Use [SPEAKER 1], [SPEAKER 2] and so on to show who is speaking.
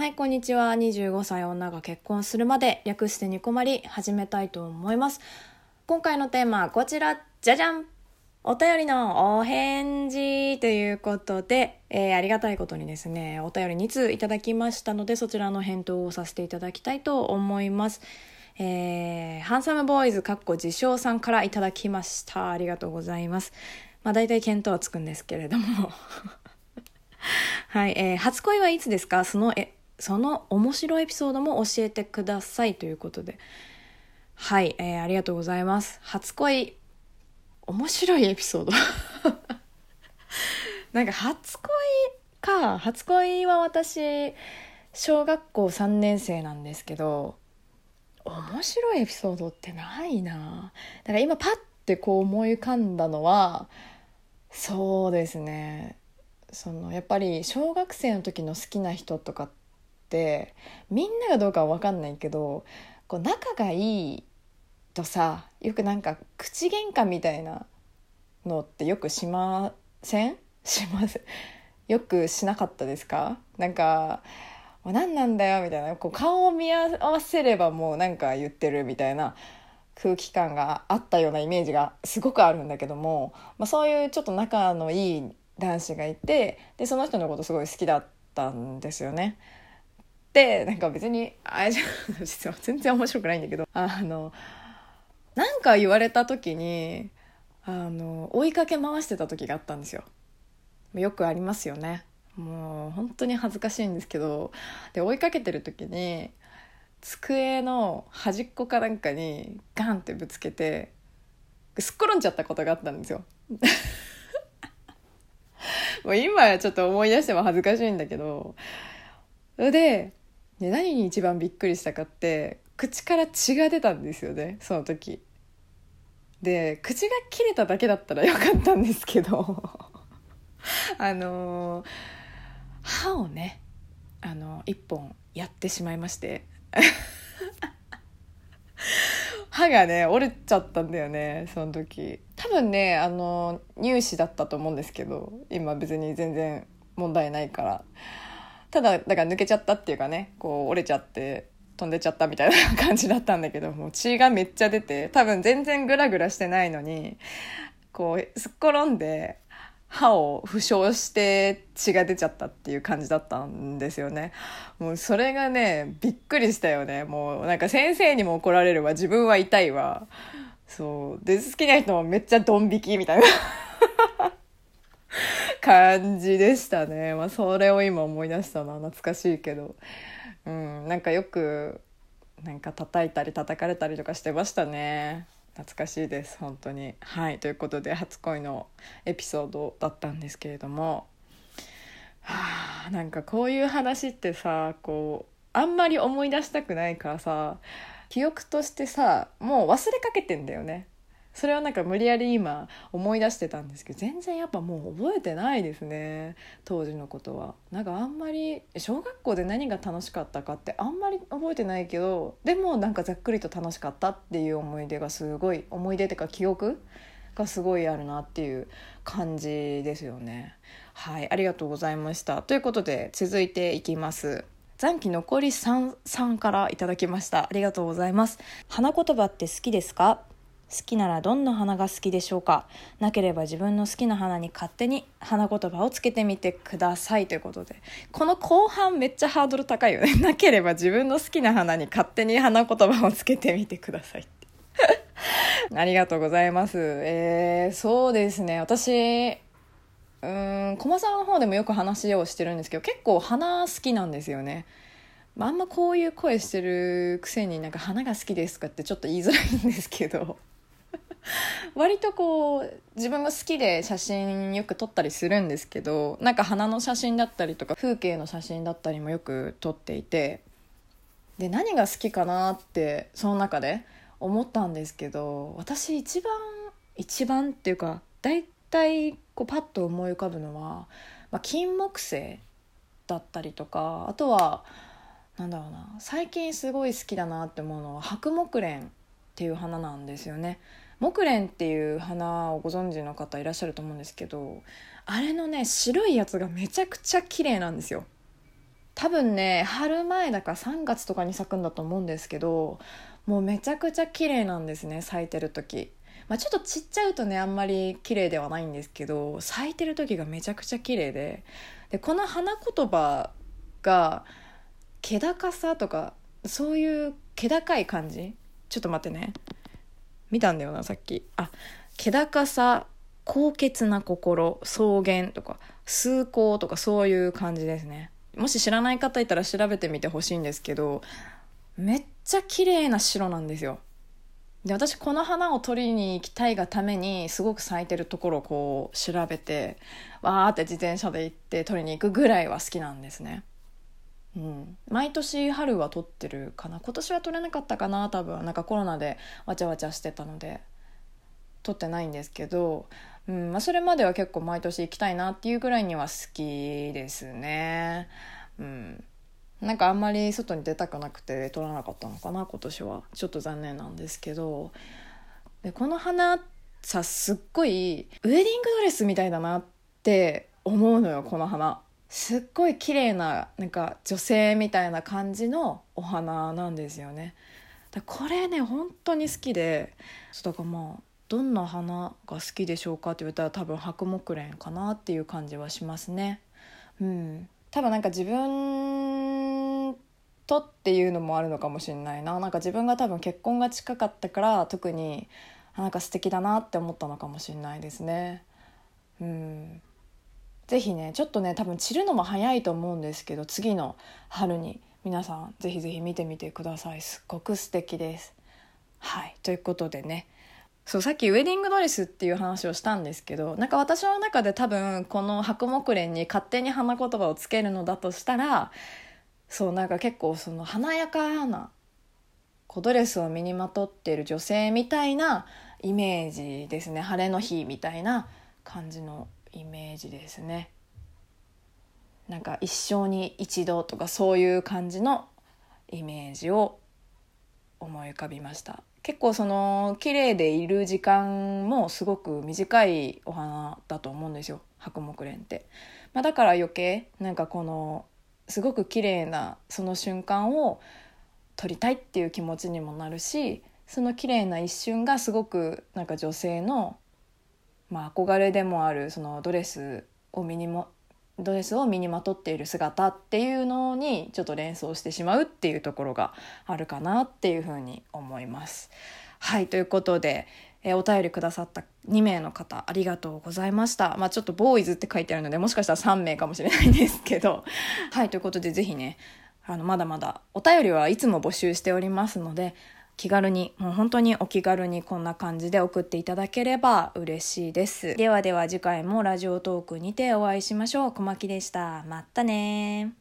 [SPEAKER 1] はい、こんにちは。25歳女が結婚するまで、略してニコマリ始めたいと思います。今回のテーマはこちら、じゃじゃん、お便りのお返事ということで、ありがたいことにですね、お便り2通いただきましたので、そちらの返答をさせていただきたいと思います。ハンサムボーイズ自称さんからいただきました。ありがとうございます。大体見当はつくんですけれどもはい、初恋はいつですか？その面白いエピソードも教えてくださいということで、はい、ありがとうございます。初恋面白いエピソードなんか初恋は私小学校3年生なんですけど、面白いエピソードってないな。だから今パッてこう思い浮かんだのは、そうですね、やっぱり小学生の時の好きな人とかってみんながどうかは分かんないけど、こう仲がいいとさ、よくなんか口喧嘩みたいなのってよくしません？しますよくしなかったですか？なんかもう何なんだよみたいな、こう顔を見合わせればもうなんか言ってるみたいな空気感があったようなイメージがすごくあるんだけども、そういうちょっと仲のいい男子がいて、でその人のことすごい好きだったんですよね。でなんか別に実は全然面白くないんだけど、なんか言われた時に追いかけ回してた時があったんですよ。よくありますよね。もう本当に恥ずかしいんですけど、で追いかけてる時に机の端っこかなんかにガンってぶつけてすっ転んじゃったことがあったんですよもう今はちょっと思い出しても恥ずかしいんだけど、で何に一番びっくりしたかって、口から血が出たんですよね、その時。で口が切れただけだったらよかったんですけど歯をね一本やってしまいまして歯がね折れちゃったんだよね、その時。多分ね乳歯だったと思うんですけど、今別に全然問題ないから。ただだから抜けちゃったっていうかね、こう折れちゃって飛んでっちゃったみたいな感じだったんだけど、もう血がめっちゃ出て、多分全然グラグラしてないのにこうすっ転んで歯を負傷して血が出ちゃったっていう感じだったんですよね。もうそれがねびっくりしたよね。もうなんか先生にも怒られるわ、自分は痛いわ。そうで好きな人もめっちゃドン引きみたいな感じでしたね。それを今思い出したな。懐かしいけど、なんかよくなんか叩いたり叩かれたりとかしてましたね。懐かしいです本当に。はい、ということで初恋のエピソードだったんですけれども、なんかこういう話ってさ、こうあんまり思い出したくないからさ、記憶としてさもう忘れかけてんだよね。それはなんか無理やり今思い出してたんですけど、全然やっぱもう覚えてないですね、当時のことは。なんかあんまり小学校で何が楽しかったかってあんまり覚えてないけど、でもなんかざっくりと楽しかったっていう思い出がすごい、思い出っていうか記憶がすごいあるなっていう感じですよね。はい、ありがとうございました。ということで続いていきます。残機残り3からいただきました。ありがとうございます。花言葉って好きですか？好きならどんな花が好きでしょうか？なければ自分の好きな花に勝手に花言葉をつけてみてくださいということで、この後半めっちゃハードル高いよね。なければ自分の好きな花に勝手に花言葉をつけてみてくださいってありがとうございます。そうですね、私駒沢の方でもよく話をしてるんですけど、結構花好きなんですよね。あんまこういう声してるくせになんか花が好きですかってちょっと言いづらいんですけど割とこう自分が好きで写真よく撮ったりするんですけど、なんか花の写真だったりとか風景の写真だったりもよく撮っていて、で何が好きかなってその中で思ったんですけど、私一番っていうかだいたいこうパッと思い浮かぶのは、金木犀だったりとか、あとはなんだろうな、最近すごい好きだなって思うのは白木蓮っていう花なんですよね。木蓮っていう花をご存知の方いらっしゃると思うんですけど、あれのね白いやつがめちゃくちゃ綺麗なんですよ。 多分ね春前だから3月とかに咲くんだと思うんですけど、もうめちゃくちゃ綺麗なんですね、咲いてる時。ちょっとちっちゃうとねあんまり綺麗ではないんですけど、咲いてる時がめちゃくちゃ綺麗で、この花言葉が気高さとかそういう気高い感じ、ちょっと待ってね、見たんだよなさっき。気高さ、高潔な心、草原とか崇高とかそういう感じですね。もし知らない方いたら調べてみてほしいんですけど、めっちゃ綺麗な白なんですよ。で、私この花を取りに行きたいがためにすごく咲いてるところをこう調べて、わーって自転車で行って取りに行くぐらいは好きなんですね。毎年春は撮ってるかな。今年は撮れなかったかな、多分なんかコロナでわちゃわちゃしてたので撮ってないんですけど、それまでは結構毎年行きたいなっていうぐらいには好きですね。なんかあんまり外に出たくなくて撮らなかったのかな今年は。ちょっと残念なんですけど、でこの花さすっごいウェディングドレスみたいだなって思うのよ。この花すっごい綺麗な、なんか女性みたいな感じのお花なんですよね。これね本当に好きで、だからどんな花が好きでしょうかって言われたら多分白木蓮かなっていう感じはしますね。多分なんか自分とっていうのもあるのかもしれないな。なんか自分が多分結婚が近かったから特になんか素敵だなって思ったのかもしれないですね。ぜひね、ちょっとね多分散るのも早いと思うんですけど、次の春に皆さんぜひぜひ見てみてください。すっごく素敵です。はい、ということでね、そうさっきウェディングドレスっていう話をしたんですけど、なんか私の中で多分この白木蓮に勝手に花言葉をつけるのだとしたら、そうなんか結構その華やかなドレスを身にまとっている女性みたいなイメージですね。晴れの日みたいな感じのイメージですね。なんか一生に一度とかそういう感じのイメージを思い浮かびました。結構その綺麗でいる時間もすごく短いお花だと思うんですよ、白木蓮って。だから余計なんかこのすごく綺麗なその瞬間を撮りたいっていう気持ちにもなるし、その綺麗な一瞬がすごくなんか女性の、憧れでもあるそのドレスを身にまとっている姿っていうのにちょっと連想してしまうっていうところがあるかなっていうふうに思います。はい、ということで、お便りくださった2名の方ありがとうございました。ちょっとボーイズって書いてあるのでもしかしたら3名かもしれないんですけどはい、ということでぜひね、まだまだお便りはいつも募集しておりますので、気軽に、もう本当にお気軽にこんな感じで送っていただければ嬉しいです。ではでは次回もラジオトークにてお会いしましょう。小牧でした。またね。